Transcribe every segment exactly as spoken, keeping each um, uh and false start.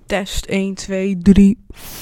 Test één, twee, drie.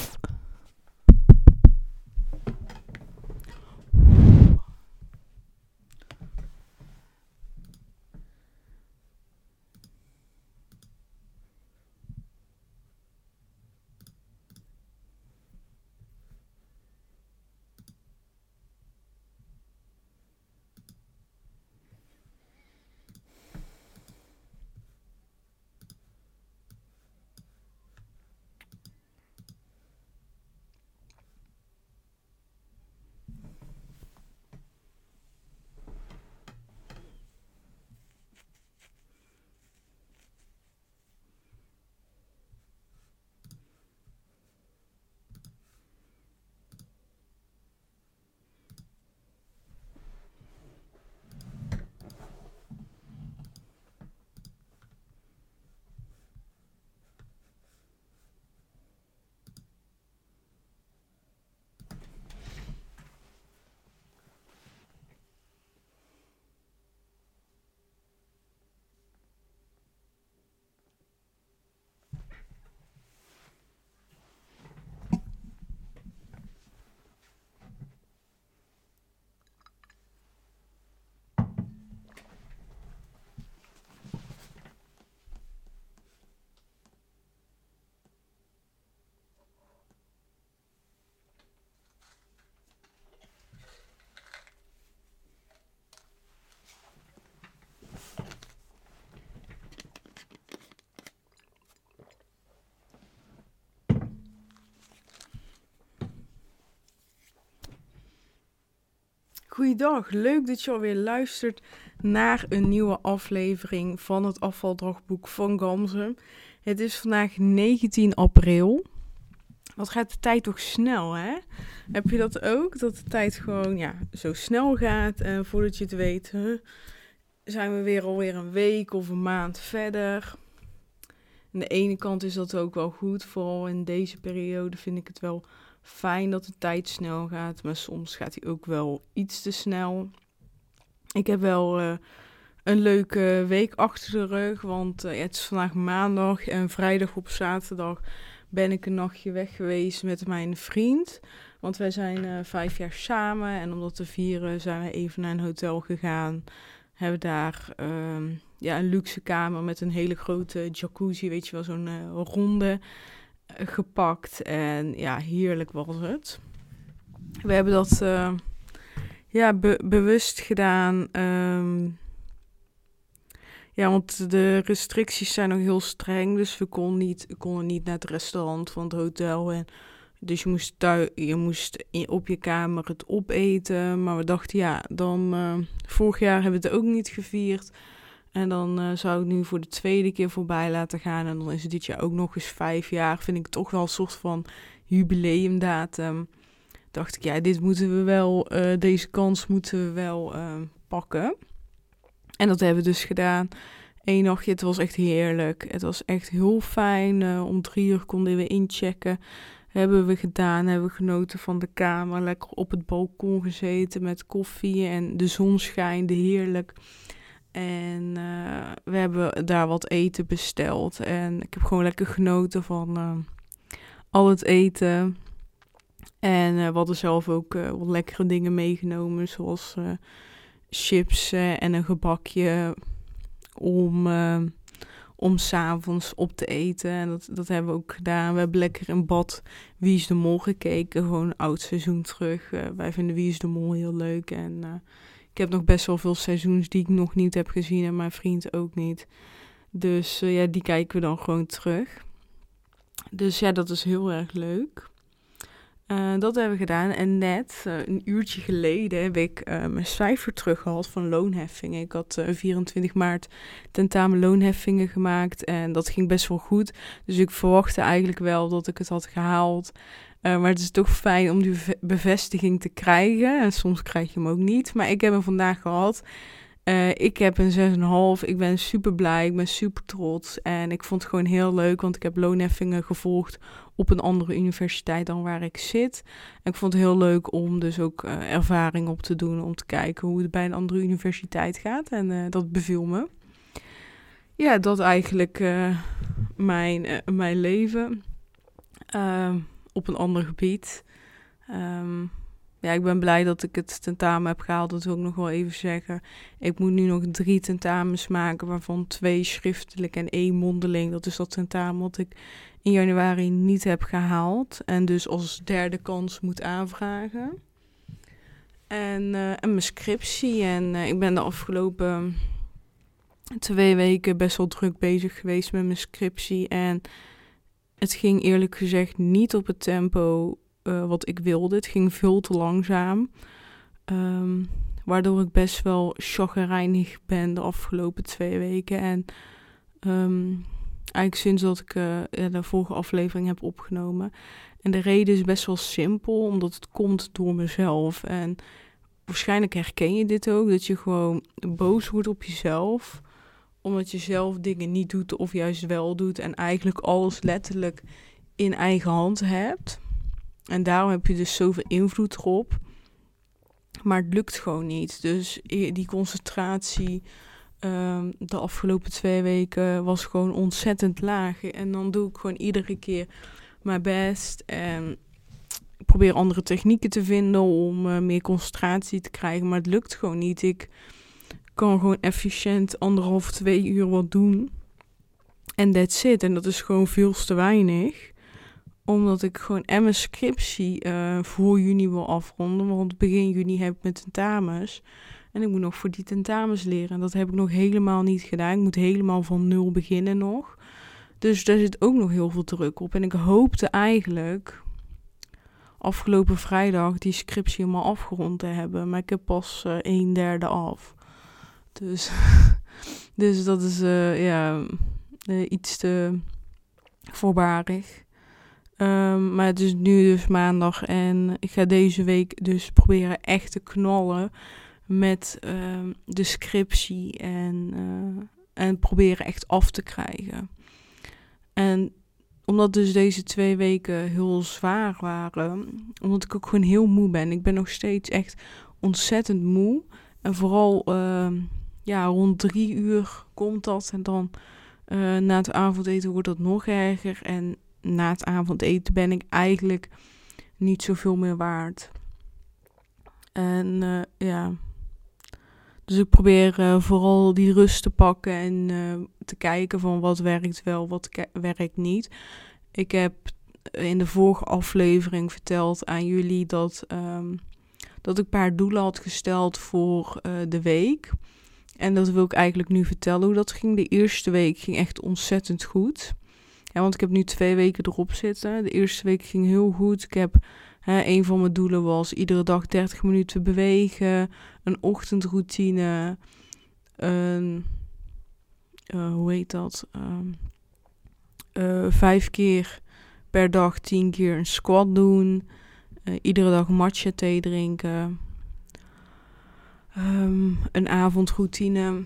Goeiedag, leuk dat je alweer luistert naar een nieuwe aflevering van het afvaldagboek van Gamze. Het is vandaag negentien april. Wat gaat de tijd toch snel, hè? Heb je dat ook? Dat de tijd gewoon ja, zo snel gaat en voordat je het weet huh, zijn we weer alweer een week of een maand verder. Aan de ene kant is dat ook wel goed, vooral in deze periode vind ik het wel fijn dat de tijd snel gaat, maar soms gaat hij ook wel iets te snel. Ik heb wel uh, een leuke week achter de rug, want uh, het is vandaag maandag en vrijdag op zaterdag ben ik een nachtje weg geweest met mijn vriend. Want wij zijn uh, vijf jaar samen en om dat te vieren zijn we even naar een hotel gegaan. Hebben daar uh, ja, een luxe kamer met een hele grote jacuzzi, weet je wel, zo'n uh, ronde gepakt en ja, heerlijk was het. We hebben dat uh, ja, be- bewust gedaan. Um, ja, want de restricties zijn nog heel streng, dus we konden niet, konden niet naar het restaurant van het hotel. En dus je moest, thuis, je moest in, op je kamer het opeten. Maar we dachten, ja, dan uh, vorig jaar hebben we het ook niet gevierd. En dan uh, zou ik nu voor de tweede keer voorbij laten gaan. En dan is het dit jaar ook nog eens vijf jaar. Vind ik toch wel een soort van jubileumdatum. Dacht ik, ja, dit moeten we wel, uh, deze kans moeten we wel uh, pakken. En dat hebben we dus gedaan. Eén nachtje, het was echt heerlijk. Het was echt heel fijn. Uh, om drie uur konden we inchecken. Hebben we gedaan, hebben we genoten van de kamer. Lekker op het balkon gezeten met koffie en de zon schijnde heerlijk. En uh, we hebben daar wat eten besteld. En ik heb gewoon lekker genoten van uh, al het eten. En uh, we hadden zelf ook uh, wat lekkere dingen meegenomen. Zoals uh, chips uh, en een gebakje. Om, uh, om 's avonds op te eten. En dat, dat hebben we ook gedaan. We hebben lekker in bad Wie is de Mol gekeken. Gewoon een oud seizoen terug. Uh, wij vinden Wie is de Mol heel leuk. En Uh, Ik heb nog best wel veel seizoens die ik nog niet heb gezien en mijn vriend ook niet. Dus uh, ja, die kijken we dan gewoon terug. Dus ja, dat is heel erg leuk. Uh, dat hebben we gedaan. En net, uh, een uurtje geleden, heb ik uh, mijn cijfer teruggehaald van loonheffingen. Ik had uh, vierentwintig maart tentamen loonheffingen gemaakt en dat ging best wel goed. Dus ik verwachtte eigenlijk wel dat ik het had gehaald. Uh, maar het is toch fijn om die bevestiging te krijgen. En soms krijg je hem ook niet. Maar ik heb hem vandaag gehad. Uh, ik heb een zes komma vijf. Ik ben super blij. Ik ben super trots. En ik vond het gewoon heel leuk. Want ik heb loonheffingen gevolgd op een andere universiteit dan waar ik zit. En ik vond het heel leuk om dus ook uh, ervaring op te doen. Om te kijken hoe het bij een andere universiteit gaat. En uh, dat beviel me. Ja, dat eigenlijk uh, mijn, uh, mijn leven uh, op een ander gebied. Um, ja, ik ben blij dat ik het tentamen heb gehaald, dat wil ik nog wel even zeggen. Ik moet nu nog drie tentamens maken, waarvan twee schriftelijk en één mondeling. Dat is dat tentamen wat ik in januari niet heb gehaald en dus als derde kans moet aanvragen. En, uh, en mijn scriptie. En uh, ik ben de afgelopen twee weken best wel druk bezig geweest met mijn scriptie. En het ging eerlijk gezegd niet op het tempo uh, wat ik wilde. Het ging veel te langzaam. Um, waardoor ik best wel chagrijnig ben de afgelopen twee weken. En um, eigenlijk sinds dat ik uh, de vorige aflevering heb opgenomen. En de reden is best wel simpel, omdat het komt door mezelf. En waarschijnlijk herken je dit ook, dat je gewoon boos wordt op jezelf, omdat je zelf dingen niet doet of juist wel doet en eigenlijk alles letterlijk in eigen hand hebt. En daarom heb je dus zoveel invloed erop. Maar het lukt gewoon niet. Dus die concentratie um, de afgelopen twee weken was gewoon ontzettend laag. En dan doe ik gewoon iedere keer mijn best. En ik probeer andere technieken te vinden om uh, meer concentratie te krijgen. Maar het lukt gewoon niet. Ik kan gewoon efficiënt anderhalf, twee uur wat doen. En that's it. En dat is gewoon veel te weinig. Omdat ik gewoon en mijn scriptie uh, voor juni wil afronden. Want begin juni heb ik mijn tentamens. En ik moet nog voor die tentamens leren. En dat heb ik nog helemaal niet gedaan. Ik moet helemaal van nul beginnen nog. Dus daar zit ook nog heel veel druk op. En ik hoopte eigenlijk afgelopen vrijdag die scriptie helemaal afgerond te hebben. Maar ik heb pas uh, een derde af. Dus, dus dat is uh, ja, uh, iets te voorbarig. Um, maar het is nu dus maandag en ik ga deze week dus proberen echt te knallen met uh, de scriptie en, uh, en proberen echt af te krijgen. En omdat dus deze twee weken heel zwaar waren, omdat ik ook gewoon heel moe ben. Ik ben nog steeds echt ontzettend moe. En vooral uh, ja, rond drie uur komt dat en dan uh, na het avondeten wordt dat nog erger. En na het avondeten ben ik eigenlijk niet zoveel meer waard. En uh, ja, dus ik probeer uh, vooral die rust te pakken en uh, te kijken van wat werkt wel, wat ke- werkt niet. Ik heb in de vorige aflevering verteld aan jullie dat, um, dat ik een paar doelen had gesteld voor uh, de week. En dat wil ik eigenlijk nu vertellen hoe dat ging. De eerste week ging echt ontzettend goed. Ja, want ik heb nu twee weken erop zitten. De eerste week ging heel goed. Ik heb, hè, een van mijn doelen was iedere dag dertig minuten bewegen. Een ochtendroutine. Een, uh, hoe heet dat? Um, uh, vijf keer per dag tien keer een squat doen. Uh, iedere dag matcha thee drinken. Um, een avondroutine.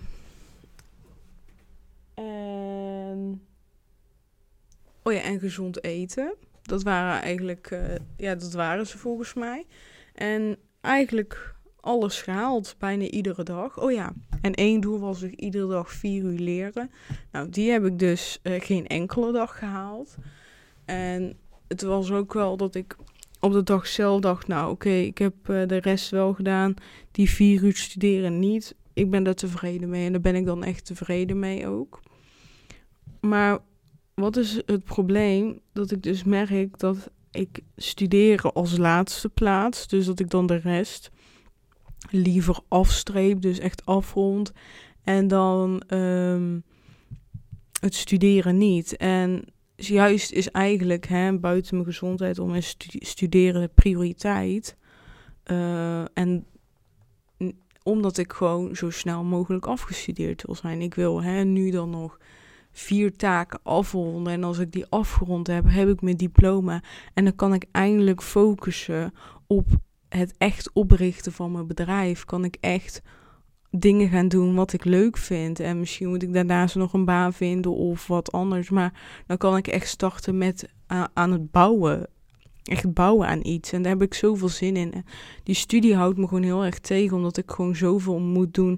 En oh ja, en gezond eten. Dat waren eigenlijk, uh, ja, dat waren ze volgens mij. En eigenlijk alles gehaald, bijna iedere dag. Oh ja, en één doel was dus iedere dag vier uur leren. Nou, die heb ik dus uh, geen enkele dag gehaald. En het was ook wel dat ik op de dag zelf dacht, nou oké, okay, ik heb uh, de rest wel gedaan. Die vier uur studeren niet. Ik ben daar tevreden mee en daar ben ik dan echt tevreden mee ook. Maar wat is het probleem? Dat ik dus merk dat ik studeren als laatste plaats. Dus dat ik dan de rest liever afstreep. Dus echt afrond. En dan um, het studeren niet. En juist is eigenlijk hè, buiten mijn gezondheid om mijn stu- studeren prioriteit. Uh, en n- omdat ik gewoon zo snel mogelijk afgestudeerd wil zijn. Ik wil hè, nu dan nog vier taken afronden. En als ik die afgerond heb, heb ik mijn diploma. En dan kan ik eindelijk focussen op het echt oprichten van mijn bedrijf. Kan ik echt dingen gaan doen wat ik leuk vind. En misschien moet ik daarnaast nog een baan vinden of wat anders. Maar dan kan ik echt starten met uh, aan het bouwen. Echt bouwen aan iets. En daar heb ik zoveel zin in. En die studie houdt me gewoon heel erg tegen. Omdat ik gewoon zoveel moet doen.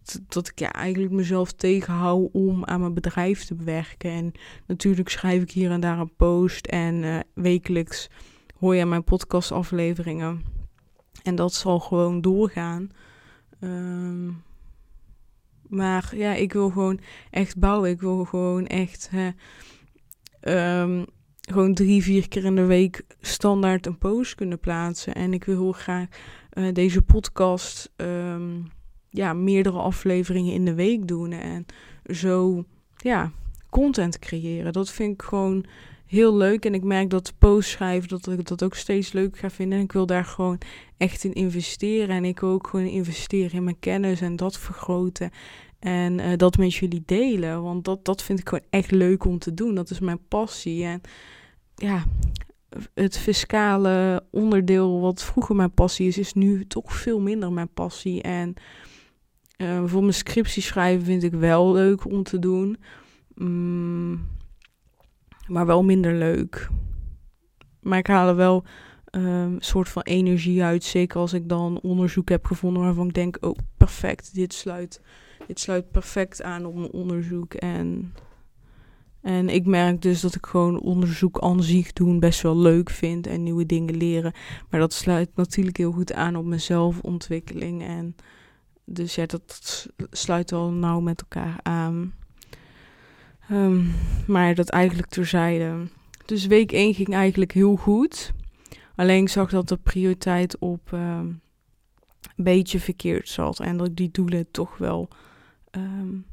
t- dat ik ja, eigenlijk mezelf tegenhoud om aan mijn bedrijf te werken. En natuurlijk schrijf ik hier en daar een post en uh, wekelijks hoor je mijn podcastafleveringen. En dat zal gewoon doorgaan. Um, maar ja, ik wil gewoon echt bouwen. Ik wil gewoon echt hè, um, gewoon drie, vier keer in de week standaard een post kunnen plaatsen. En ik wil heel graag uh, deze podcast, um, ja, meerdere afleveringen in de week doen. En zo, ja, content creëren. Dat vind ik gewoon heel leuk. En ik merk dat post schrijven, dat ik dat ook steeds leuk ga vinden. En ik wil daar gewoon echt in investeren. En ik wil ook gewoon investeren in mijn kennis en dat vergroten. En uh, dat met jullie delen. Want dat, dat vind ik gewoon echt leuk om te doen. Dat is mijn passie. En ja, het fiscale onderdeel wat vroeger mijn passie is, is nu toch veel minder mijn passie. En uh, voor mijn scriptie schrijven vind ik wel leuk om te doen. Mm, maar wel minder leuk. Maar ik haal er wel um, een soort van energie uit. Zeker als ik dan onderzoek heb gevonden waarvan ik denk, oh perfect, dit sluit, dit sluit perfect aan op mijn onderzoek. En, en ik merk dus dat ik gewoon onderzoek aan zich doen best wel leuk vind en nieuwe dingen leren. Maar dat sluit natuurlijk heel goed aan op mijn zelfontwikkeling. En dus ja, dat sluit wel nauw met elkaar aan. Um, maar dat eigenlijk terzijde. Dus week één ging eigenlijk heel goed. Alleen ik zag dat de prioriteit op um, een beetje verkeerd zat. En dat ik die doelen toch wel um,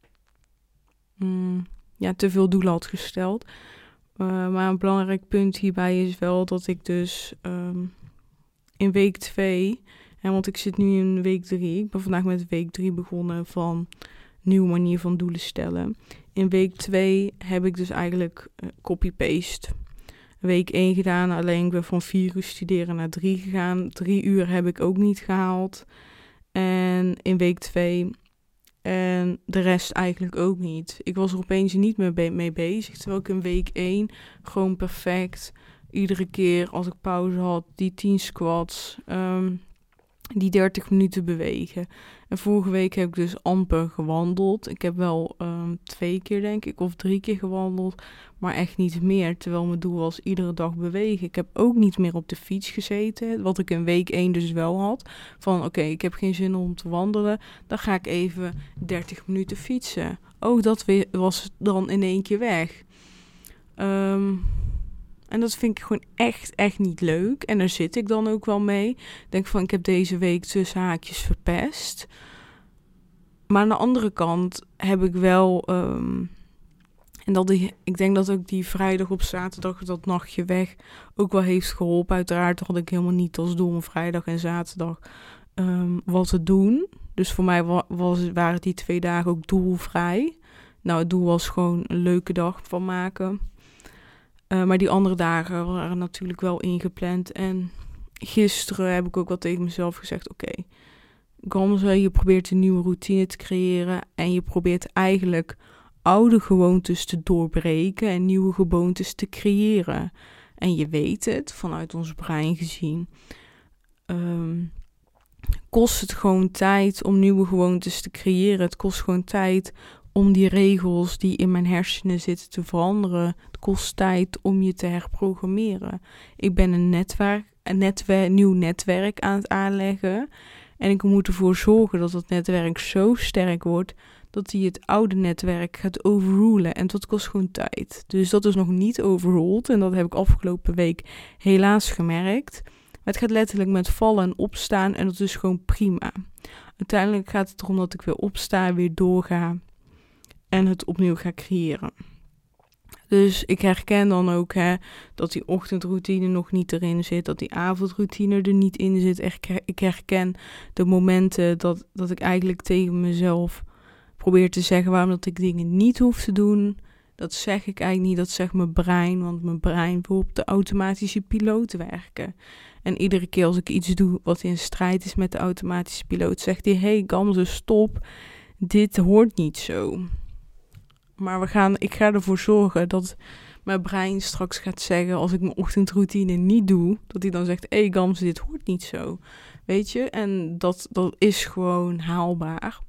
mm, ja, te veel doelen had gesteld. Uh, maar een belangrijk punt hierbij is wel dat ik dus um, in week twee... En want ik zit nu in week drie. Ik ben vandaag met week drie begonnen van nieuwe manier van doelen stellen. In week twee heb ik dus eigenlijk uh, copy-paste. Week één gedaan, alleen ik ben van vier uur studeren naar drie gegaan. Drie uur heb ik ook niet gehaald. En in week twee en de rest eigenlijk ook niet. Ik was er opeens niet meer be- mee bezig. Terwijl ik in week één gewoon perfect, iedere keer als ik pauze had, die tien squats, um, die dertig minuten bewegen. En vorige week heb ik dus amper gewandeld. Ik heb wel um, twee keer denk ik of drie keer gewandeld, maar echt niet meer. Terwijl mijn doel was iedere dag bewegen. Ik heb ook niet meer op de fiets gezeten, wat ik in week één dus wel had. Van oké, okay, ik heb geen zin om te wandelen, dan ga ik even dertig minuten fietsen. Ook dat we- was dan in één keer weg. Um, En dat vind ik gewoon echt, echt niet leuk. En daar zit ik dan ook wel mee. Ik denk van, ik heb deze week tussen haakjes verpest. Maar aan de andere kant heb ik wel... Um, en dat die, ik denk dat ook die vrijdag op zaterdag, dat nachtje weg, ook wel heeft geholpen. Uiteraard had ik helemaal niet als doel om vrijdag en zaterdag um, wat te doen. Dus voor mij wa- was, waren die twee dagen ook doelvrij. Nou, het doel was gewoon een leuke dag van maken. Uh, maar die andere dagen waren natuurlijk wel ingepland. En gisteren heb ik ook wel tegen mezelf gezegd, oké, okay, Gamze, je probeert een nieuwe routine te creëren. En je probeert eigenlijk oude gewoontes te doorbreken en nieuwe gewoontes te creëren. En je weet het, vanuit ons brein gezien, um, kost het gewoon tijd om nieuwe gewoontes te creëren. Het kost gewoon tijd om die regels die in mijn hersenen zitten te veranderen. Het kost tijd om je te herprogrammeren. Ik ben een, netwerk, een netwer- nieuw netwerk aan het aanleggen. En ik moet ervoor zorgen dat dat netwerk zo sterk wordt dat hij het oude netwerk gaat overrulen. En dat kost gewoon tijd. Dus dat is nog niet overruled. En dat heb ik afgelopen week helaas gemerkt. Maar het gaat letterlijk met vallen en opstaan. En dat is gewoon prima. Uiteindelijk gaat het erom dat ik weer opsta, weer doorga. En het opnieuw ga creëren. Dus ik herken dan ook hè, dat die ochtendroutine nog niet erin zit. Dat die avondroutine er niet in zit. Ik herken de momenten dat, dat ik eigenlijk tegen mezelf probeer te zeggen waarom dat ik dingen niet hoef te doen. Dat zeg ik eigenlijk niet. Dat zegt mijn brein. Want mijn brein wil op de automatische piloot werken. En iedere keer als ik iets doe wat in strijd is met de automatische piloot, zegt hij, hey Gamze, stop. Dit hoort niet zo. Maar we gaan, ik ga ervoor zorgen dat mijn brein straks gaat zeggen, als ik mijn ochtendroutine niet doe, dat hij dan zegt, hé hey Gamze, dit hoort niet zo. Weet je? En dat, dat is gewoon haalbaar.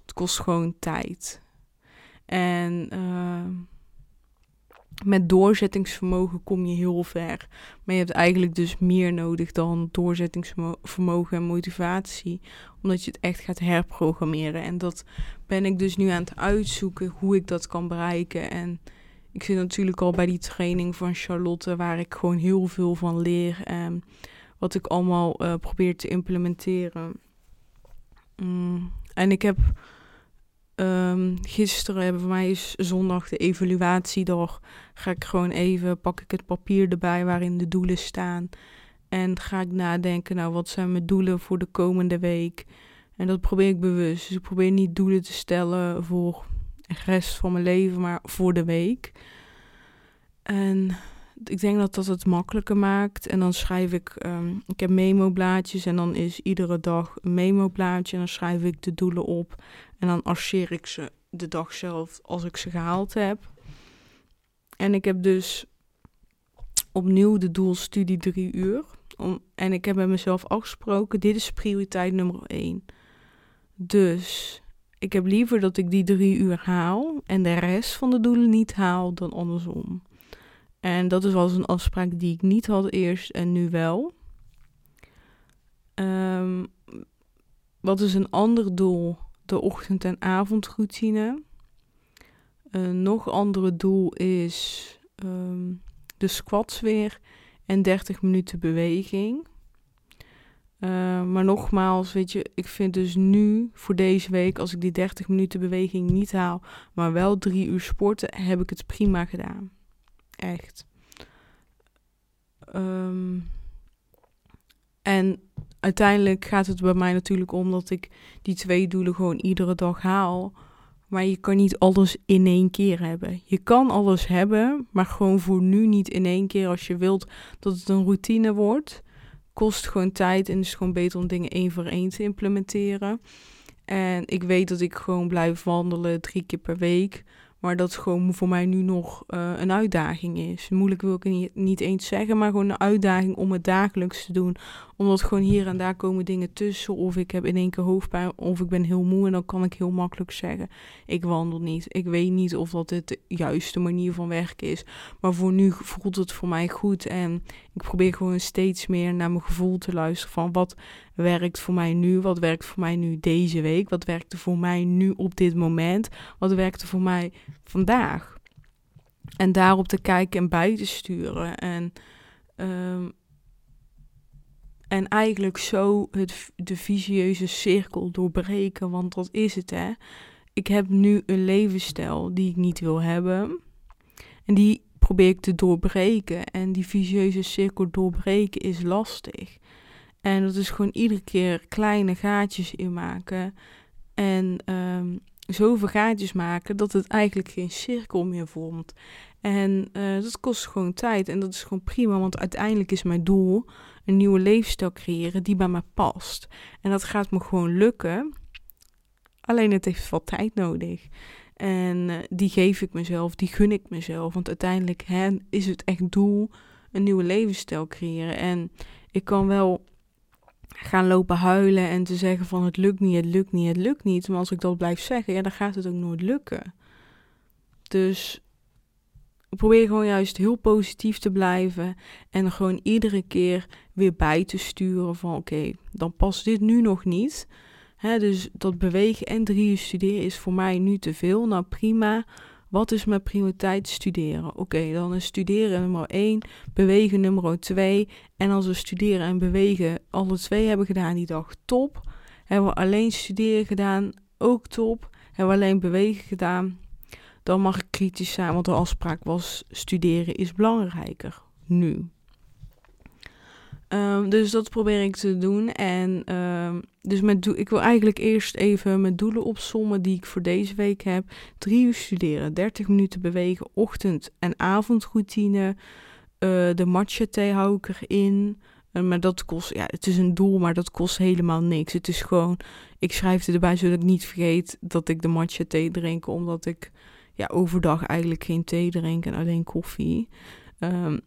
Het kost gewoon tijd. En uh, met doorzettingsvermogen kom je heel ver. Maar je hebt eigenlijk dus meer nodig dan doorzettingsvermogen en motivatie. Omdat je het echt gaat herprogrammeren. En dat ben ik dus nu aan het uitzoeken hoe ik dat kan bereiken. En ik zit natuurlijk al bij die training van Charlotte, waar ik gewoon heel veel van leer. En wat ik allemaal uh, probeer te implementeren. Mm. En ik heb um, gisteren, bij mij is zondag de evaluatiedag. Ga ik gewoon even, pak ik het papier erbij waarin de doelen staan. En ga ik nadenken, nou wat zijn mijn doelen voor de komende week. En dat probeer ik bewust. Dus ik probeer niet doelen te stellen voor de rest van mijn leven, maar voor de week. En ik denk dat dat het makkelijker maakt. En dan schrijf ik, um, ik heb memo-blaadjes en dan is iedere dag een memo-blaadje. En dan schrijf ik de doelen op. En dan archeer ik ze de dag zelf als ik ze gehaald heb. En ik heb dus opnieuw de doelstudie drie uur. Om, en ik heb met mezelf afgesproken, dit is prioriteit nummer één. Dus ik heb liever dat ik die drie uur haal en de rest van de doelen niet haal dan andersom. En dat is wel eens een afspraak die ik niet had eerst en nu wel. Um, wat is een ander doel? De ochtend- en avondroutine. Een nog andere doel is um, de squats weer en dertig minuten beweging. Uh, maar nogmaals, weet je, ik vind dus nu voor deze week, als ik die dertig minuten beweging niet haal, maar wel drie uur sporten, heb ik het prima gedaan. Echt. Um, en uiteindelijk gaat het bij mij natuurlijk om dat ik die twee doelen gewoon iedere dag haal. Maar je kan niet alles in één keer hebben. Je kan alles hebben, maar gewoon voor nu niet in één keer. Als je wilt dat het een routine wordt, kost gewoon tijd en is het gewoon beter om dingen één voor één te implementeren. En ik weet dat ik gewoon blijf wandelen drie keer per week. Maar dat gewoon voor mij nu nog uh, een uitdaging is. Moeilijk wil ik het niet, niet eens zeggen, maar gewoon een uitdaging om het dagelijks te doen. Omdat gewoon hier en daar komen dingen tussen. Of ik heb in één keer hoofdpijn, of ik ben heel moe. En dan kan ik heel makkelijk zeggen, ik wandel niet. Ik weet niet of dat het de juiste manier van werken is. Maar voor nu voelt het voor mij goed. En ik probeer gewoon steeds meer naar mijn gevoel te luisteren. Van wat werkt voor mij nu? Wat werkt voor mij nu deze week? Wat werkte voor mij nu op dit moment? Wat werkte voor mij vandaag? En daarop te kijken en bij te sturen. En, um, en eigenlijk zo het, de vicieuze cirkel doorbreken. Want dat is het, hè. Ik heb nu een levensstijl die ik niet wil hebben. En die probeer ik te doorbreken. En die vicieuze cirkel doorbreken is lastig. En dat is gewoon iedere keer kleine gaatjes inmaken. En um, zoveel gaatjes maken dat het eigenlijk geen cirkel meer vormt. En uh, dat kost gewoon tijd. En dat is gewoon prima. Want uiteindelijk is mijn doel een nieuwe levensstijl creëren die bij mij past. En dat gaat me gewoon lukken. Alleen het heeft wat tijd nodig. En uh, die geef ik mezelf, die gun ik mezelf. Want uiteindelijk hè, is het echt doel een nieuwe levensstijl creëren. En ik kan wel gaan lopen huilen en te zeggen van het lukt niet, het lukt niet, het lukt niet. Maar als ik dat blijf zeggen, ja, dan gaat het ook nooit lukken. Dus ik probeer gewoon juist heel positief te blijven en gewoon iedere keer weer bij te sturen van oké, okay, dan past dit nu nog niet. Hè, dus dat bewegen en drie uur studeren is voor mij nu te veel. Nou prima, wat is mijn prioriteit? Studeren. Oké, okay, dan is studeren nummer één, bewegen nummer twee. En als we studeren en bewegen alle twee hebben gedaan die dag, top. Hebben we alleen studeren gedaan, ook top. Hebben we alleen bewegen gedaan, dan mag ik kritisch zijn, want de afspraak was studeren is belangrijker. Nu. Um, dus dat probeer ik te doen. En um, dus met do- ik wil eigenlijk eerst even mijn doelen opsommen die ik voor deze week heb. Drie uur studeren, dertig minuten bewegen, ochtend- en avondroutine. Uh, de matcha thee hou ik erin. Uh, maar dat kost, ja, het is een doel, maar dat kost helemaal niks. Het is gewoon, ik schrijf erbij zodat ik niet vergeet dat ik de matcha thee drink. Omdat ik ja, overdag eigenlijk geen thee drink en alleen koffie. Um,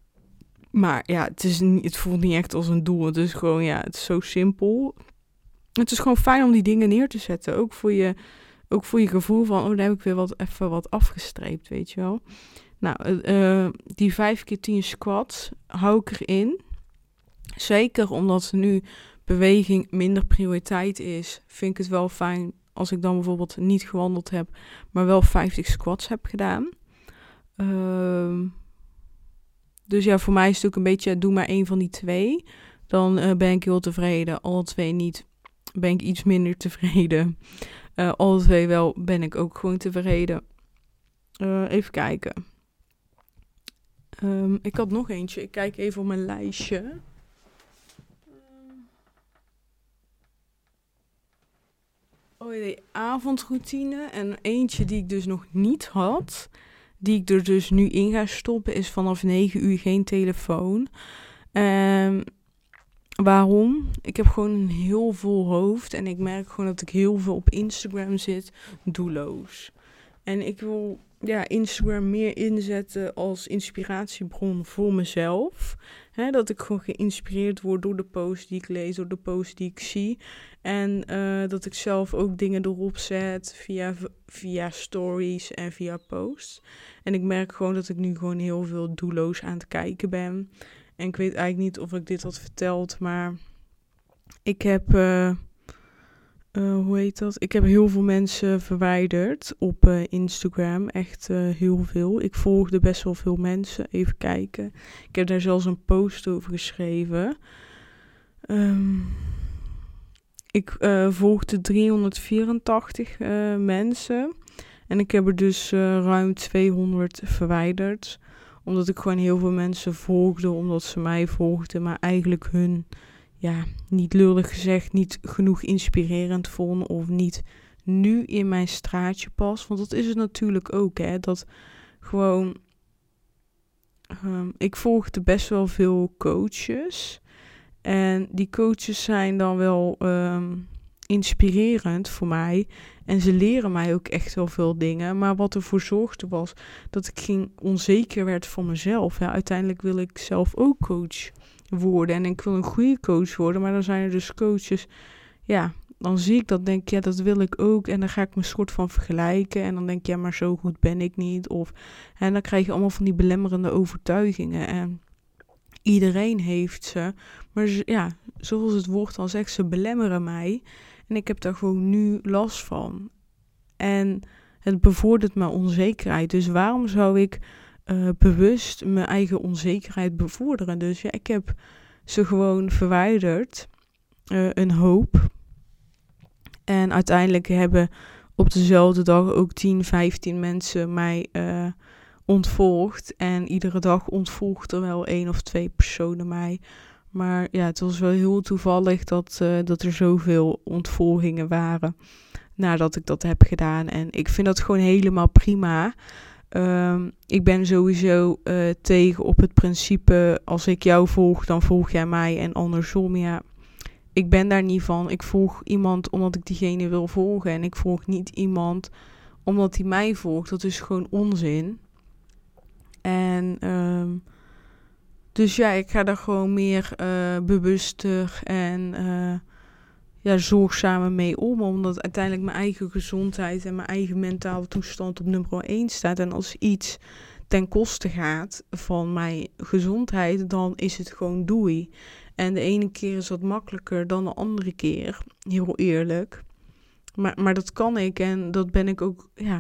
Maar ja, het, is niet, het voelt niet echt als een doel. Het is gewoon, ja, het is zo simpel. het is gewoon fijn om die dingen neer te zetten. Ook voor je, ook voor je gevoel van, oh, dan heb ik weer wat, even wat afgestreept, weet je wel. Nou, uh, die vijf keer tien squats hou ik erin. Zeker omdat nu beweging minder prioriteit is, vind ik het wel fijn als ik dan bijvoorbeeld niet gewandeld heb, maar wel vijftig squats heb gedaan. Uh, dus ja, voor mij is het ook een beetje, doe maar één van die twee. Dan uh, ben ik heel tevreden. Alle twee niet, ben ik iets minder tevreden. Uh, alle twee wel, ben ik ook gewoon tevreden. Uh, even kijken. Um, ik had nog eentje. Ik kijk even op mijn lijstje. Oh, de avondroutine. En eentje die ik dus nog niet had, die ik er dus nu in ga stoppen, is vanaf negen uur geen telefoon. Um, waarom? Ik heb gewoon een heel vol hoofd. En ik merk gewoon dat ik heel veel op Instagram zit. Doelloos. En ik wil ja, Instagram meer inzetten als inspiratiebron voor mezelf. Hè, dat ik gewoon geïnspireerd word door de posts die ik lees, door de posts die ik zie. En uh, dat ik zelf ook dingen erop zet via, via stories en via posts. En ik merk gewoon dat ik nu gewoon heel veel doelloos aan het kijken ben. En ik weet eigenlijk niet of ik dit had verteld, maar ik heb... Uh, Uh, hoe heet dat? Ik heb heel veel mensen verwijderd op uh, Instagram. Echt uh, heel veel. Ik volgde best wel veel mensen. Even kijken. Ik heb daar zelfs een post over geschreven. Um, ik uh, volgde driehonderdvierentachtig uh, mensen. En ik heb er dus uh, ruim tweehonderd verwijderd. Omdat ik gewoon heel veel mensen volgde. Omdat ze mij volgden. Maar eigenlijk hun... ja, niet lullig gezegd, niet genoeg inspirerend vond of niet nu in mijn straatje past. Want dat is het natuurlijk ook, hè. Dat gewoon... Um, ik volgde best wel veel coaches. En die coaches zijn dan wel um, inspirerend voor mij. En ze leren mij ook echt wel veel dingen. Maar wat ervoor zorgde was dat ik ging onzeker werd van mezelf. Ja, uiteindelijk wil ik zelf ook coach worden. En ik wil een goede coach worden. Maar dan zijn er dus coaches. Ja, dan zie ik dat, denk ik, ja, dat wil ik ook. En dan ga ik me soort van vergelijken. En dan denk ik, ja, maar zo goed ben ik niet. Of, en dan krijg je allemaal van die belemmerende overtuigingen. En iedereen heeft ze. Maar ze, ja, zoals het woord al zegt, ze belemmeren mij. En ik heb daar gewoon nu last van. En het bevordert mijn onzekerheid. Dus waarom zou ik uh, bewust mijn eigen onzekerheid bevorderen? Dus ja, ik heb ze gewoon verwijderd. Uh, een hoop. En uiteindelijk hebben op dezelfde dag ook tien, vijftien mensen mij uh, ontvolgd. En iedere dag ontvolgt er wel één of twee personen mij. Maar ja, het was wel heel toevallig dat, uh, dat er zoveel ontvolgingen waren nadat ik dat heb gedaan. En ik vind dat gewoon helemaal prima. Um, ik ben sowieso uh, tegen op het principe, als ik jou volg, dan volg jij mij en andersom. Ja, ik ben daar niet van. Ik volg iemand omdat ik diegene wil volgen. En ik volg niet iemand omdat hij mij volgt. Dat is gewoon onzin. En... Um, Dus ja, ik ga daar gewoon meer uh, bewuster en uh, ja, zorgzamer mee om. Omdat uiteindelijk mijn eigen gezondheid en mijn eigen mentale toestand op nummer één staat. En als iets ten koste gaat van mijn gezondheid, dan is het gewoon doei. En de ene keer is dat makkelijker dan de andere keer, heel eerlijk. Maar, maar dat kan ik en dat ben ik ook, ja,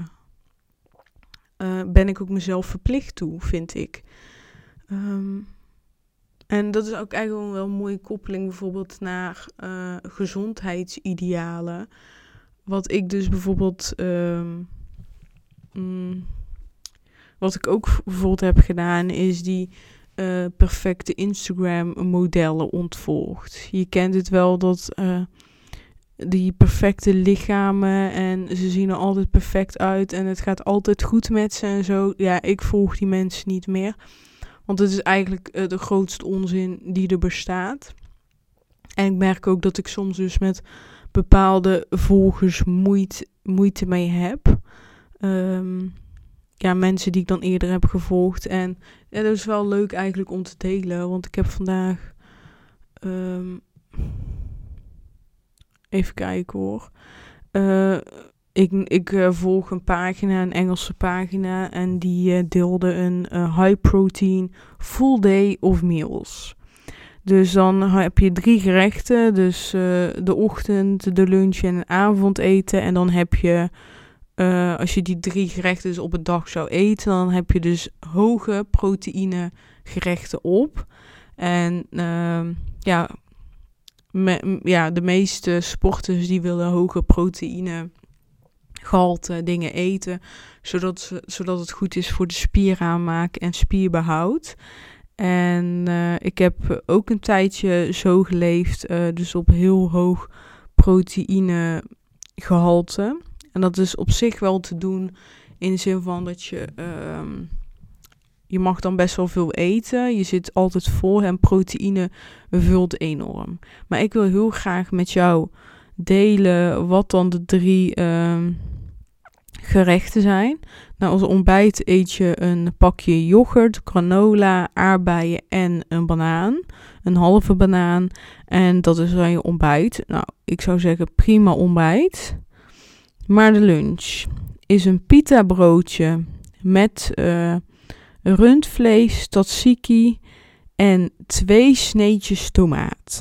uh, ben ik ook mezelf verplicht toe, vind ik. Um, En dat is ook eigenlijk wel een mooie koppeling bijvoorbeeld naar uh, gezondheidsidealen. Wat ik dus bijvoorbeeld... Um, mm, wat ik ook bijvoorbeeld heb gedaan is die uh, perfecte Instagram-modellen ontvolgd. Je kent het wel dat uh, die perfecte lichamen en ze zien er altijd perfect uit en het gaat altijd goed met ze en zo. Ja, ik volg die mensen niet meer. Want het is eigenlijk uh, de grootste onzin die er bestaat. En ik merk ook dat ik soms dus met bepaalde volgers moeite, moeite mee heb. Um, ja, mensen die ik dan eerder heb gevolgd. En ja, dat is wel leuk eigenlijk om te delen. Want ik heb vandaag... Um, even kijken hoor. Uh, ik ik uh, volg een pagina, een Engelse pagina. En die uh, deelde een uh, high protein full day of meals. Dus dan heb je drie gerechten. Dus uh, de ochtend, de lunch en het avondeten. En dan heb je, uh, als je die drie gerechten dus op een dag zou eten, dan heb je dus hoge proteïne gerechten op. En uh, ja, me, ja, de meeste sporters die willen hoge proteïne gehalte dingen eten, zodat, ze, zodat het goed is voor de spieraanmaak en spierbehoud. En uh, ik heb ook een tijdje zo geleefd, uh, dus op heel hoog proteïne gehalte. En dat is op zich wel te doen in de zin van dat je, uh, je mag dan best wel veel eten. Je zit altijd vol en proteïne vult enorm. Maar ik wil heel graag met jou delen wat dan de drie uh, gerechten zijn. Nou, als ontbijt eet je een pakje yoghurt, granola, aardbeien en een banaan. Een halve banaan. En dat is dan je ontbijt. Nou, ik zou zeggen prima ontbijt. Maar de lunch is een pita broodje met uh, rundvlees, tzatziki en twee sneetjes tomaat.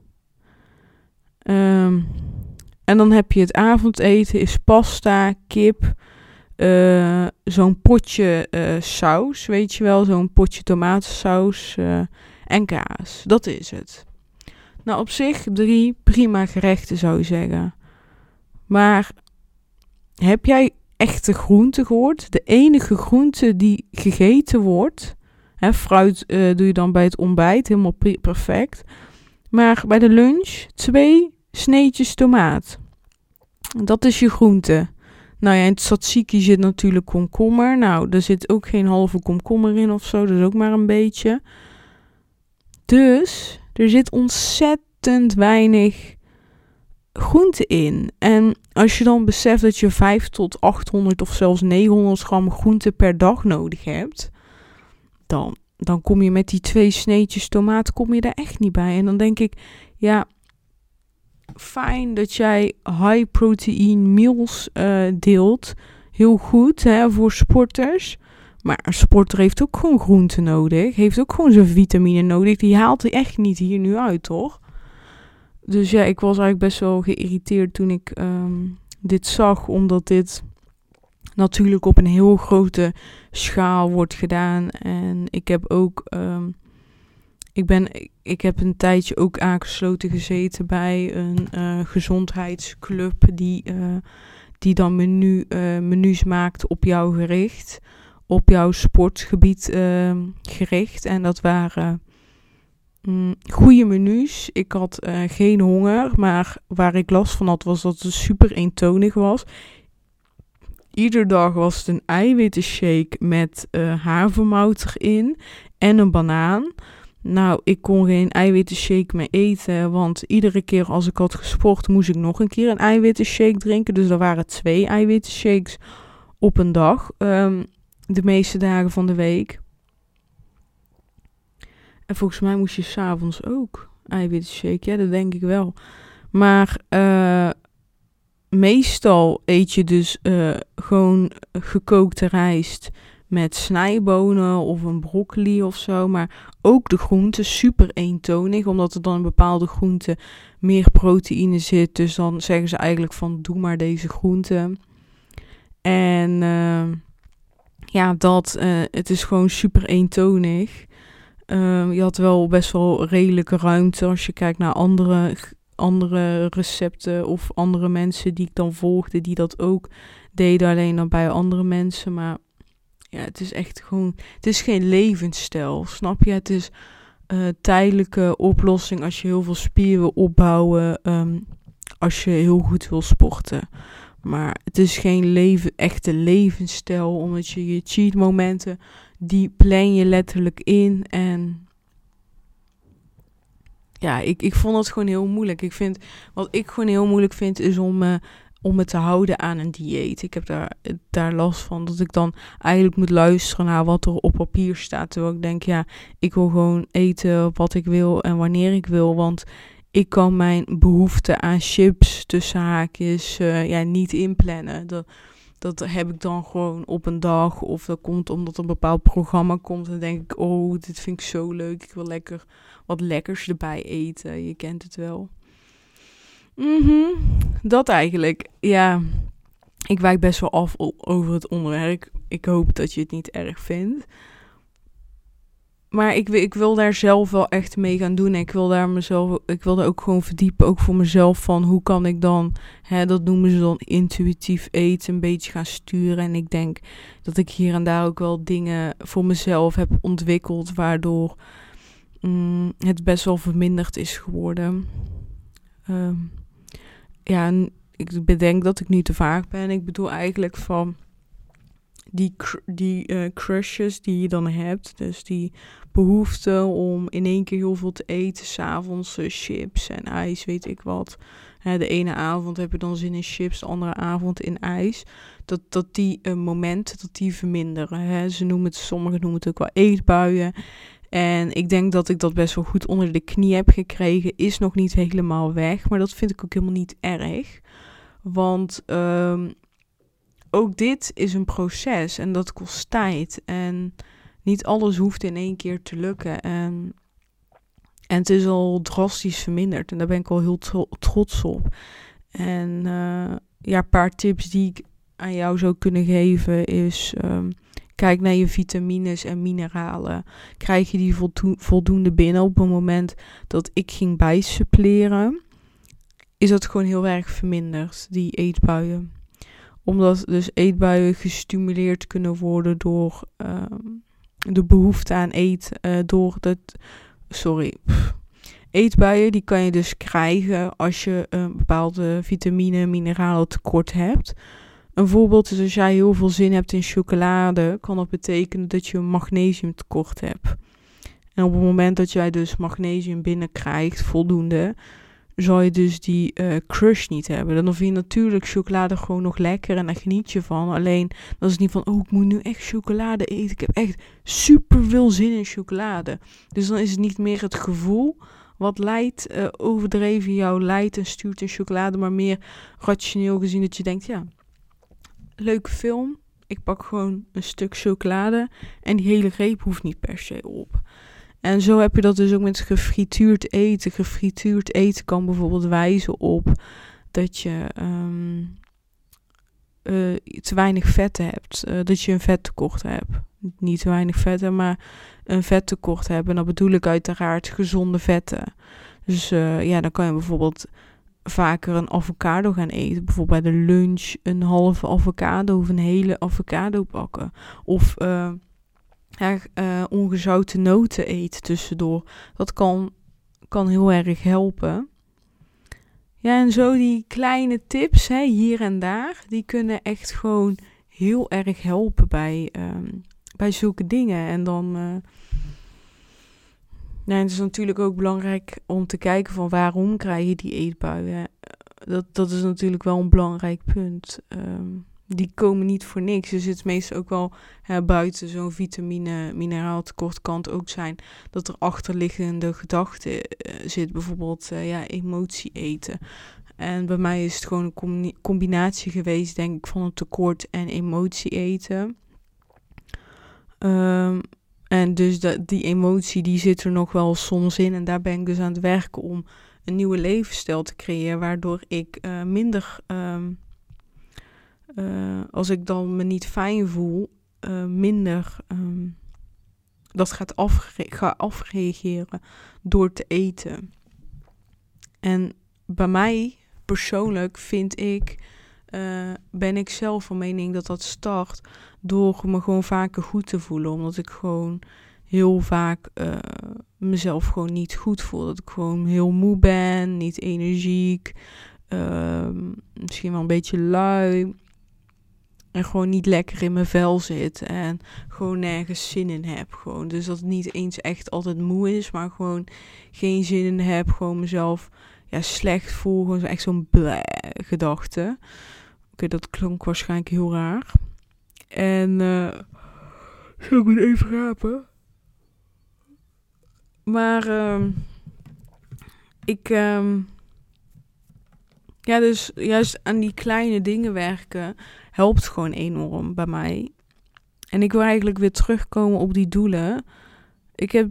Um, en dan heb je het avondeten, is pasta, kip, uh, zo'n potje uh, saus, weet je wel, zo'n potje tomatensaus uh, en kaas. Dat is het. Nou, op zich drie prima gerechten zou je zeggen. Maar heb jij echte groenten gehoord? De enige groente die gegeten wordt, hè, fruit uh, doe je dan bij het ontbijt, helemaal pre- perfect. Maar bij de lunch twee sneetjes tomaat. Dat is je groente. Nou ja, in het tzatziki zit natuurlijk komkommer. Nou, er zit ook geen halve komkommer in of zo. Dat is ook maar een beetje. Dus er zit ontzettend weinig groente in. En als je dan beseft dat je vijf tot achthonderd of zelfs negenhonderd gram groente per dag nodig hebt, dan, dan kom je met die twee sneetjes tomaat kom je daar echt niet bij. En dan denk ik, ja, fijn dat jij high protein meals uh, deelt. Heel goed, hè, voor sporters. Maar een sporter heeft ook gewoon groente nodig. Heeft ook gewoon zijn vitamine nodig. Die haalt hij echt niet hier nu uit, toch? Dus ja, ik was eigenlijk best wel geïrriteerd toen ik um, dit zag. Omdat dit natuurlijk op een heel grote schaal wordt gedaan. En ik heb ook... Um, ik, ben, ik heb een tijdje ook aangesloten gezeten bij een uh, gezondheidsclub. Die, uh, die dan menu, uh, menus maakt op jou gericht. Op jouw sportgebied uh, gericht. En dat waren... Mm, goede menus. Ik had uh, geen honger, maar waar ik last van had was dat het super eentonig was. Iedere dag was het een eiwittenshake met uh, havermout erin en een banaan. Nou, ik kon geen eiwittenshake meer eten, want iedere keer als ik had gesport moest ik nog een keer een eiwittenshake drinken. Dus er waren twee eiwittenshakes op een dag, um, de meeste dagen van de week. En volgens mij moest je 's avonds ook eiwittenshake. Ja, dat denk ik wel. Maar uh, meestal eet je dus uh, gewoon gekookte rijst met snijbonen of een broccoli of zo. Maar ook de groenten super eentonig. Omdat er dan in bepaalde groenten meer proteïne zit. Dus dan zeggen ze eigenlijk van doe maar deze groenten. En uh, ja, dat, uh, het is gewoon super eentonig. Uh, je had wel best wel redelijke ruimte als je kijkt naar andere, andere recepten of andere mensen die ik dan volgde die dat ook deden, alleen dan bij andere mensen. Maar ja, het is echt gewoon, het is geen levensstijl, snap je? Het is een uh, tijdelijke oplossing als je heel veel spier wil opbouwen, um, als je heel goed wil sporten. Maar het is geen leven, echte levensstijl, omdat je je cheat momenten, die plan je letterlijk in. En ja, ik, ik vond het gewoon heel moeilijk. Ik vind, wat ik gewoon heel moeilijk vind, is om, uh, om me te houden aan een dieet. Ik heb daar, daar last van, dat ik dan eigenlijk moet luisteren naar wat er op papier staat. Terwijl ik denk, ja, ik wil gewoon eten wat ik wil en wanneer ik wil. Want ik kan mijn behoefte aan chips tussen haakjes uh, ja, niet inplannen. Dat, dat heb ik dan gewoon op een dag. Of dat komt omdat een bepaald programma komt. En dan denk ik, oh, dit vind ik zo leuk. Ik wil lekker wat lekkers erbij eten. Je kent het wel. Mm-hmm. Dat eigenlijk. Ja, ik wijk best wel af over het onderwerp. Ik hoop dat je het niet erg vindt. Maar ik, ik wil daar zelf wel echt mee gaan doen. En ik wil daar mezelf, ik wil daar ook gewoon verdiepen. Ook voor mezelf van hoe kan ik dan, hè, dat noemen ze dan intuïtief eten, een beetje gaan sturen. En ik denk dat ik hier en daar ook wel dingen voor mezelf heb ontwikkeld. Waardoor mm, het best wel verminderd is geworden. Um, ja, ik bedenk dat ik nu te vaag ben. Ik bedoel eigenlijk van die, cr- die uh, crushes die je dan hebt. Dus die behoefte om in één keer heel veel te eten. 's Avonds uh, chips en ijs, weet ik wat. Hè, de ene avond heb je dan zin in chips, de andere avond in ijs. Dat, dat die uh, momenten, dat die verminderen. Hè. Ze noemen het, sommigen noemen het ook wel eetbuien. En ik denk dat ik dat best wel goed onder de knie heb gekregen. Is nog niet helemaal weg, maar dat vind ik ook helemaal niet erg. Want um, ook dit is een proces en dat kost tijd. En niet alles hoeft in één keer te lukken. En, en het is al drastisch verminderd. En daar ben ik al heel tro- trots op. En uh, ja, een paar tips die ik aan jou zou kunnen geven is... Um, kijk naar je vitamines en mineralen. Krijg je die voldo- voldoende binnen? Op het moment dat ik ging bijsuppleren, is dat gewoon heel erg verminderd, die eetbuien. Omdat dus eetbuien gestimuleerd kunnen worden door uh, de behoefte aan eten. Uh, door dat, sorry. Pff. Eetbuien die kan je dus krijgen als je een bepaalde vitamine en mineralen tekort hebt. Een voorbeeld is als jij heel veel zin hebt in chocolade, kan dat betekenen dat je een magnesiumtekort hebt. En op het moment dat jij dus magnesium binnenkrijgt, voldoende, zal je dus die uh, crush niet hebben. Dan vind je natuurlijk chocolade gewoon nog lekker en daar geniet je van. Alleen, dat is niet van, oh, ik moet nu echt chocolade eten. Ik heb echt super veel zin in chocolade. Dus dan is het niet meer het gevoel wat leidt, uh, overdreven jou leidt en stuurt in chocolade, maar meer rationeel gezien dat je denkt, ja, leuke film. Ik pak gewoon een stuk chocolade en die hele reep hoeft niet per se op. En zo heb je dat dus ook met gefrituurd eten. Gefrituurd eten kan bijvoorbeeld wijzen op dat je um, uh, te weinig vetten hebt. Uh, dat je een vettekort hebt. Niet te weinig vetten, maar een vettekort hebben. En dat bedoel ik uiteraard gezonde vetten. Dus uh, ja, dan kan je bijvoorbeeld vaker een avocado gaan eten. Bijvoorbeeld bij de lunch een halve avocado of een hele avocado pakken. Of uh, ja, uh, ongezouten noten eten tussendoor. Dat kan, kan heel erg helpen. Ja, en zo die kleine tips, hè, hier en daar, die kunnen echt gewoon heel erg helpen bij, um, bij zulke dingen. En dan... Uh, Nou, het is natuurlijk ook belangrijk om te kijken van waarom krijg je die eetbuien. Dat, dat is natuurlijk wel een belangrijk punt. Um, die komen niet voor niks. Er zit meestal ook wel hè, buiten zo'n vitamine, mineraal tekort kan het ook zijn dat er achterliggende gedachten uh, zit. Bijvoorbeeld uh, ja, emotie eten. En bij mij is het gewoon een combinatie geweest, denk ik, van een tekort en emotie eten. Um, En dus dat, die emotie die zit er nog wel soms in. En daar ben ik dus aan het werken om een nieuwe levensstijl te creëren. Waardoor ik uh, minder, um, uh, als ik dan me niet fijn voel, uh, minder um, dat gaat afre- ga afreageren door te eten. En bij mij persoonlijk vind ik, uh, ben ik zelf van mening dat dat start door me gewoon vaker goed te voelen. Omdat ik gewoon heel vaak uh, mezelf gewoon niet goed voel. Dat ik gewoon heel moe ben, niet energiek, uh, misschien wel een beetje lui. En gewoon niet lekker in mijn vel zit. En gewoon nergens zin in heb. Gewoon. Dus dat het niet eens echt altijd moe is. Maar gewoon geen zin in heb. Gewoon mezelf ja, slecht voel. Gewoon echt zo'n bleh gedachte. Oké, okay, dat klonk waarschijnlijk heel raar. En uh, zo, ik moet even rapen. Maar uh, ik... Um, ja, dus juist aan die kleine dingen werken helpt gewoon enorm bij mij. En ik wil eigenlijk weer terugkomen op die doelen. Ik heb...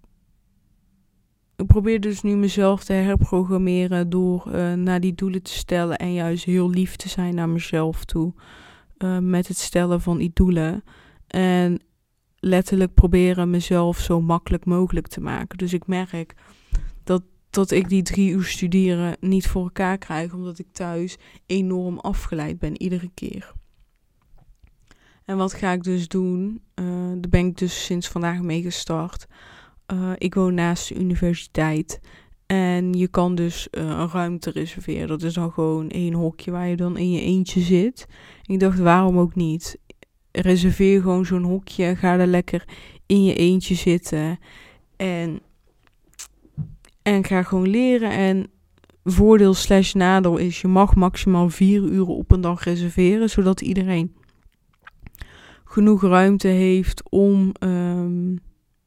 Ik probeer dus nu mezelf te herprogrammeren door uh, naar die doelen te stellen en juist heel lief te zijn naar mezelf toe. Uh, met het stellen van die doelen. En letterlijk proberen mezelf zo makkelijk mogelijk te maken. Dus ik merk dat, dat ik die drie uur studeren niet voor elkaar krijg, omdat ik thuis enorm afgeleid ben iedere keer. En wat ga ik dus doen? Uh, daar ben ik dus sinds vandaag mee gestart. Uh, ik woon naast de universiteit en je kan dus uh, een ruimte reserveren. Dat is dan gewoon één hokje waar je dan in je eentje zit. En ik dacht, waarom ook niet? Reserveer gewoon zo'n hokje, ga er lekker in je eentje zitten en, en ga gewoon leren. En voordeel slash nadeel is, je mag maximaal vier uur op een dag reserveren, zodat iedereen genoeg ruimte heeft om... Um,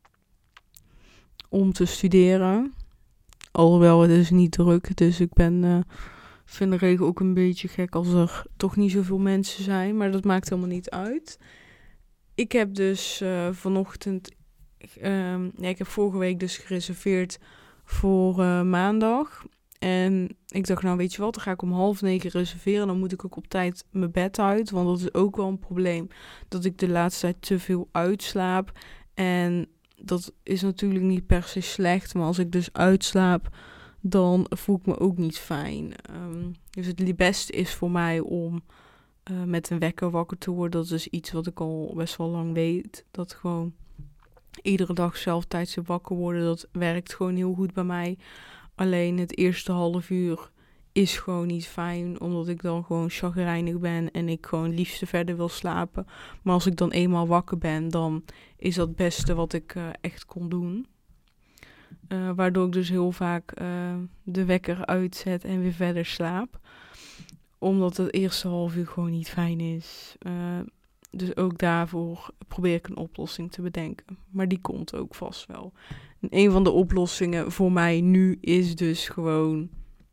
om te studeren. Alhoewel, het is niet druk. Dus ik ben, uh, vind de regel ook een beetje gek als er toch niet zoveel mensen zijn. Maar dat maakt helemaal niet uit. Ik heb dus uh, vanochtend... Um, ja, ik heb vorige week dus gereserveerd voor uh, maandag. En ik dacht, nou weet je wat, dan ga ik om half negen reserveren. Dan moet ik ook op tijd mijn bed uit. Want dat is ook wel een probleem. Dat ik de laatste tijd te veel uitslaap. En... dat is natuurlijk niet per se slecht, maar als ik dus uitslaap, dan voel ik me ook niet fijn. Um, dus het beste is voor mij om uh, met een wekker wakker te worden. Dat is iets wat ik al best wel lang weet. Dat gewoon iedere dag zelf tijdstip wakker worden, dat werkt gewoon heel goed bij mij. Alleen het eerste half uur is gewoon niet fijn, omdat ik dan gewoon chagrijnig ben en ik gewoon liefst verder wil slapen. Maar als ik dan eenmaal wakker ben, dan is dat het beste wat ik uh, echt kon doen. Uh, waardoor ik dus heel vaak uh, de wekker uitzet en weer verder slaap. Omdat het eerste half uur gewoon niet fijn is. Uh, dus ook daarvoor probeer ik een oplossing te bedenken. Maar die komt ook vast wel. En een van de oplossingen voor mij nu is dus gewoon...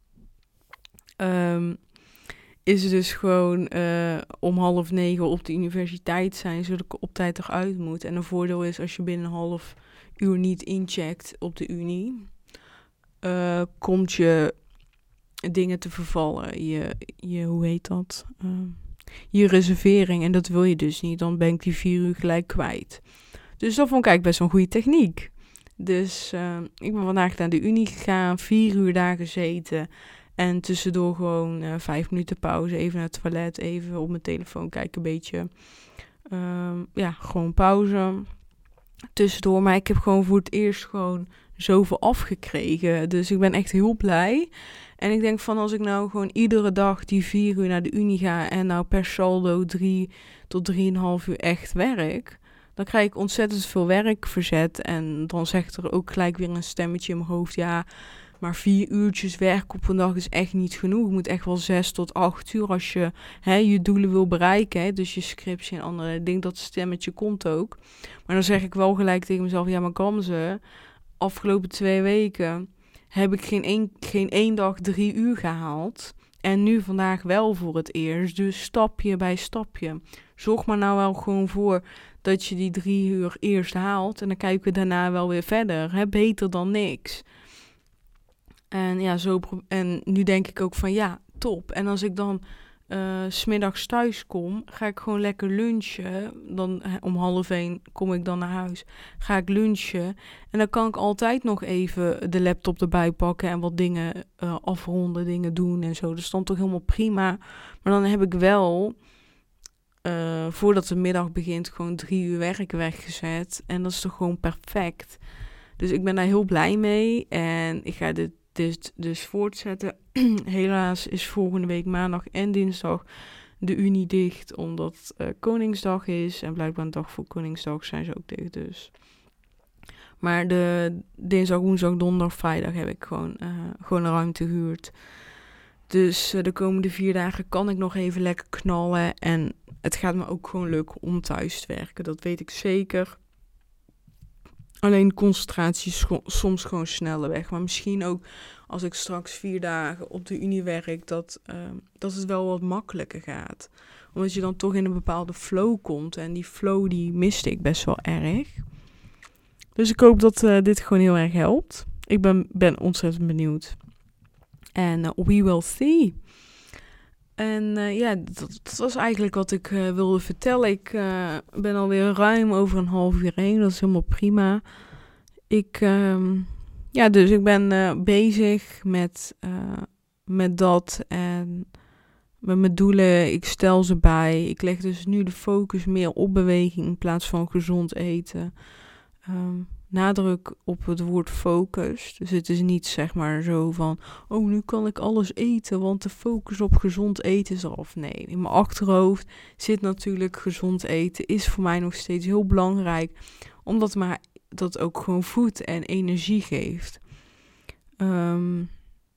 Um, is dus gewoon uh, om half negen op de universiteit zijn, zodat ik op tijd eruit moet. En een voordeel is, als je binnen een half uur niet incheckt op de unie, uh, komt je dingen te vervallen. Je, je hoe heet dat? Uh, je reservering. En dat wil je dus niet. Dan ben ik die vier uur gelijk kwijt. Dus dat vond ik eigenlijk best wel een goede techniek. Dus uh, ik ben vandaag naar de unie gegaan, vier uur daar gezeten. En tussendoor gewoon uh, vijf minuten pauze, even naar het toilet, even op mijn telefoon kijken, een beetje. Um, ja, gewoon pauze. Tussendoor, maar ik heb gewoon voor het eerst gewoon zoveel afgekregen. Dus ik ben echt heel blij. En ik denk van, als ik nou gewoon iedere dag die vier uur naar de unie ga en nou per saldo drie tot drieënhalf uur echt werk, dan krijg ik ontzettend veel werk verzet. En dan zegt er ook gelijk weer een stemmetje in mijn hoofd, ja... maar vier uurtjes werk op een dag is echt niet genoeg. Je moet echt wel zes tot acht uur als je hè, je doelen wil bereiken. Hè, dus je scriptie en andere. Ik denk dat het stemmetje komt ook. Maar dan zeg ik wel gelijk tegen mezelf, ja maar Gamze, afgelopen twee weken heb ik geen één, geen één dag drie uur gehaald. En nu vandaag wel voor het eerst. Dus stapje bij stapje. Zorg maar nou wel gewoon voor dat je die drie uur eerst haalt. En dan kijken we daarna wel weer verder. Hè, beter dan niks. En ja, zo pro- en nu denk ik ook van ja, top. En als ik dan uh, 's middags thuis kom, ga ik gewoon lekker lunchen. Dan he, om half één kom ik dan naar huis. Ga ik lunchen. En dan kan ik altijd nog even de laptop erbij pakken en wat dingen uh, afronden, dingen doen en zo. Dat is dan toch helemaal prima. Maar dan heb ik wel, uh, voordat de middag begint, gewoon drie uur werk weggezet. En dat is toch gewoon perfect. Dus ik ben daar heel blij mee. En ik ga dit Dus, dus voortzetten. Helaas is volgende week maandag en dinsdag de unie dicht, omdat uh, Koningsdag is. En blijkbaar een dag voor Koningsdag zijn ze ook dicht dus. Maar de dinsdag, woensdag, donderdag, vrijdag heb ik gewoon, uh, gewoon een ruimte gehuurd. Dus uh, de komende vier dagen kan ik nog even lekker knallen. En het gaat me ook gewoon lukken om thuis te werken. Dat weet ik zeker. Alleen concentratie is scho- soms gewoon sneller weg. Maar misschien ook als ik straks vier dagen op de unie werk, dat, uh, dat het wel wat makkelijker gaat. Omdat je dan toch in een bepaalde flow komt. En die flow die miste ik best wel erg. Dus ik hoop dat uh, dit gewoon heel erg helpt. Ik ben, ben ontzettend benieuwd. En uh, we will see. En uh, ja, dat, dat was eigenlijk wat ik uh, wilde vertellen. Ik uh, ben alweer ruim over een half uur heen. Dat is helemaal prima. Ik, uh, ja, dus ik ben uh, bezig met, uh, met dat en met mijn doelen. Ik stel ze bij. Ik leg dus nu de focus meer op beweging in plaats van gezond eten. Um, nadruk op het woord focus. Dus het is niet zeg maar zo van, oh, nu kan ik alles eten, want de focus op gezond eten is eraf. Nee, in mijn achterhoofd zit natuurlijk gezond eten, is voor mij nog steeds heel belangrijk, omdat maar dat ook gewoon voedt en energie geeft. Um,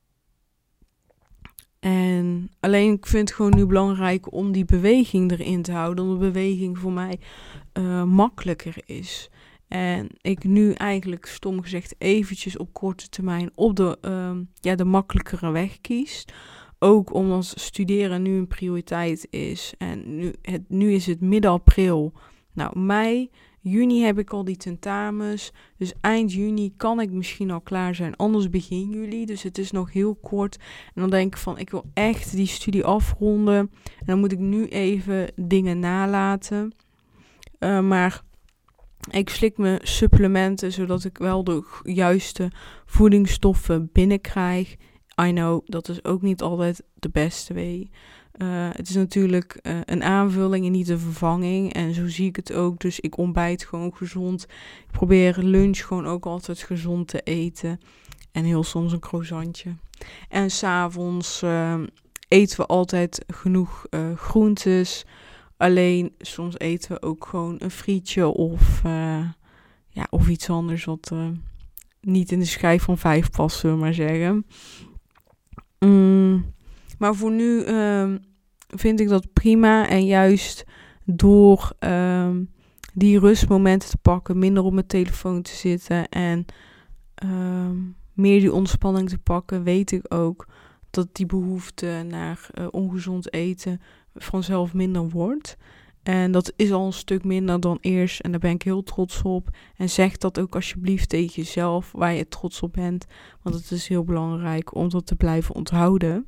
en alleen ik vind het gewoon nu belangrijk om die beweging erin te houden, omdat beweging voor mij uh, makkelijker is. En ik nu eigenlijk, stom gezegd, eventjes op korte termijn op de, um, ja, de makkelijkere weg kies. Ook omdat studeren nu een prioriteit is. En nu, het, nu is het midden april. Nou, mei, juni heb ik al die tentamens. Dus eind juni kan ik misschien al klaar zijn. Anders begin juli. Dus het is nog heel kort. En dan denk ik van, ik wil echt die studie afronden. En dan moet ik nu even dingen nalaten. Uh, maar... Ik slik mijn supplementen, zodat ik wel de juiste voedingsstoffen binnenkrijg. I know, dat is ook niet altijd de beste way. Uh, het is natuurlijk uh, een aanvulling en niet een vervanging. En zo zie ik het ook. Dus ik ontbijt gewoon gezond. Ik probeer lunch gewoon ook altijd gezond te eten. En heel soms een croissantje. En 's avonds uh, eten we altijd genoeg uh, groentes. Alleen soms eten we ook gewoon een frietje of, uh, ja, of iets anders wat uh, niet in de schijf van vijf past, zullen we maar zeggen. Mm, maar voor nu uh, vind ik dat prima. En juist door uh, die rustmomenten te pakken, minder op mijn telefoon te zitten en uh, meer die ontspanning te pakken, weet ik ook dat die behoefte naar uh, ongezond eten vanzelf minder wordt. En dat is al een stuk minder dan eerst. En daar ben ik heel trots op. En zeg dat ook alsjeblieft tegen jezelf, waar je trots op bent. Want het is heel belangrijk om dat te blijven onthouden.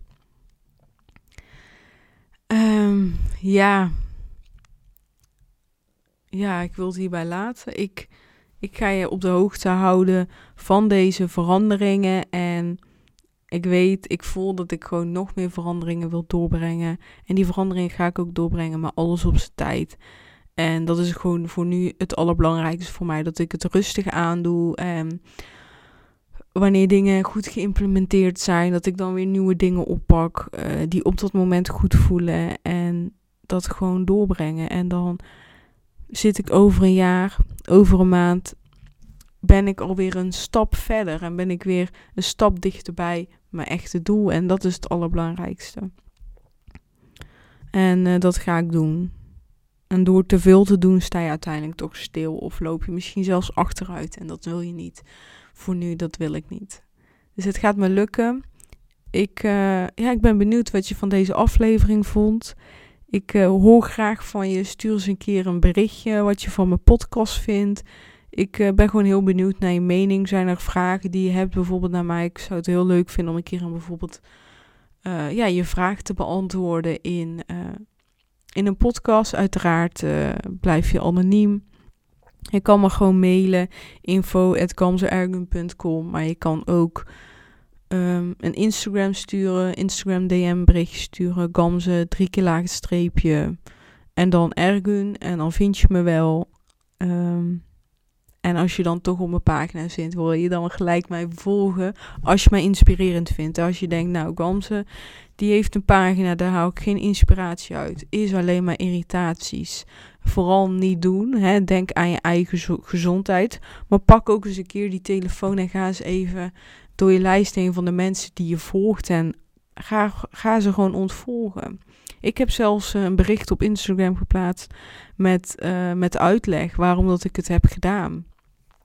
Um, ja. Ja, ik wil het hierbij laten. Ik, ik ga je op de hoogte houden van deze veranderingen. En ik weet, ik voel dat ik gewoon nog meer veranderingen wil doorbrengen. En die veranderingen ga ik ook doorbrengen, maar alles op zijn tijd. En dat is gewoon voor nu het allerbelangrijkste voor mij. Dat ik het rustig aandoe. En wanneer dingen goed geïmplementeerd zijn, dat ik dan weer nieuwe dingen oppak. Uh, die op dat moment goed voelen. En dat gewoon doorbrengen. En dan zit ik over een jaar, over een maand, ben ik alweer een stap verder. En ben ik weer een stap dichterbij mijn echte doel. En dat is het allerbelangrijkste. En uh, dat ga ik doen. En door te veel te doen sta je uiteindelijk toch stil. Of loop je misschien zelfs achteruit. En dat wil je niet. Voor nu, dat wil ik niet. Dus het gaat me lukken. Ik, uh, ja, ik ben benieuwd wat je van deze aflevering vond. Ik uh, hoor graag van je. Stuur eens een keer een berichtje wat je van mijn podcast vindt. Ik uh, ben gewoon heel benieuwd naar je mening. Zijn er vragen die je hebt bijvoorbeeld naar mij? Ik zou het heel leuk vinden om een keer een bijvoorbeeld uh, ja, je vraag te beantwoorden in, uh, in een podcast. Uiteraard uh, blijf je anoniem. Je kan me gewoon mailen, info at gamzeergun punt com. Maar je kan ook um, een Instagram sturen, Instagram D M berichtje sturen. Gamze, drie keer laag streepje en dan Ergun. En dan vind je me wel. Um, En als je dan toch op mijn pagina zit, wil je dan gelijk mij volgen. Als je mij inspirerend vindt. Als je denkt, nou Gamze, die heeft een pagina, daar hou ik geen inspiratie uit. Is alleen maar irritaties. Vooral niet doen. Hè. Denk aan je eigen zo- gezondheid. Maar pak ook eens een keer die telefoon en ga eens even door je lijst heen van de mensen die je volgt. En ga, ga ze gewoon ontvolgen. Ik heb zelfs uh, een bericht op Instagram geplaatst met, uh, met uitleg waarom dat ik het heb gedaan.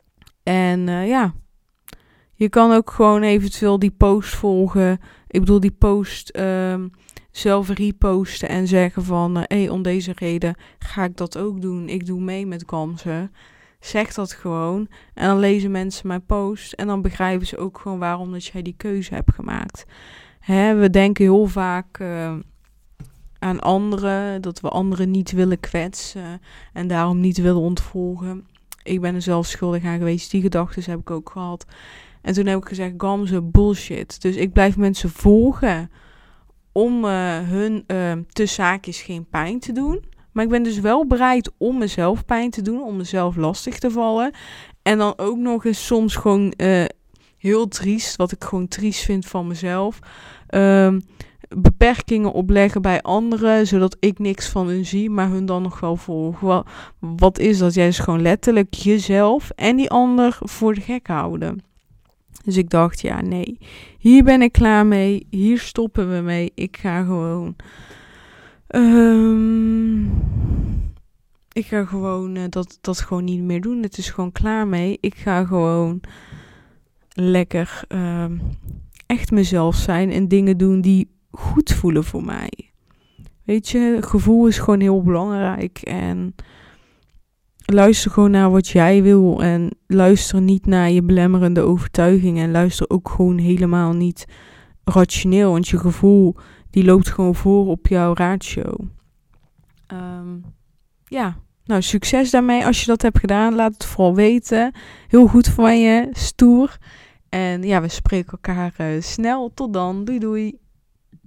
En uh, ja, je kan ook gewoon eventueel die post volgen. Ik bedoel die post uh, zelf reposten en zeggen van... hé, uh, hey, om deze reden ga ik dat ook doen. Ik doe mee met Gamze. Zeg dat gewoon. En dan lezen mensen mijn post. En dan begrijpen ze ook gewoon waarom dat jij die keuze hebt gemaakt. Hè, we denken heel vaak uh, aan anderen. Dat we anderen niet willen kwetsen. En daarom niet willen ontvolgen. Ik ben er zelf schuldig aan geweest. Die gedachten heb ik ook gehad. En toen heb ik gezegd, Gamze, bullshit. Dus ik blijf mensen volgen om uh, hun uh, tussen haakjes geen pijn te doen. Maar ik ben dus wel bereid om mezelf pijn te doen, om mezelf lastig te vallen. En dan ook nog eens soms gewoon uh, heel triest, wat ik gewoon triest vind van mezelf. Uh, beperkingen opleggen bij anderen, zodat ik niks van hun zie, maar hun dan nog wel volgen. Wat, wat is dat? Jij is gewoon letterlijk jezelf en die ander voor de gek houden. Dus ik dacht, ja, nee, hier ben ik klaar mee. Hier stoppen we mee. Ik ga gewoon... Um, ik ga gewoon uh, dat, dat gewoon niet meer doen. Het is gewoon klaar mee. Ik ga gewoon lekker um, echt mezelf zijn en dingen doen die goed voelen voor mij. Weet je, gevoel is gewoon heel belangrijk. En luister gewoon naar wat jij wil. En luister niet naar je belemmerende overtuigingen. En luister ook gewoon helemaal niet rationeel. Want je gevoel, die loopt gewoon voor op jouw ratio. Um, ja, nou succes daarmee. Als je dat hebt gedaan, laat het vooral weten. Heel goed van je, stoer. En ja, we spreken elkaar uh, snel. Tot dan. Doei doei.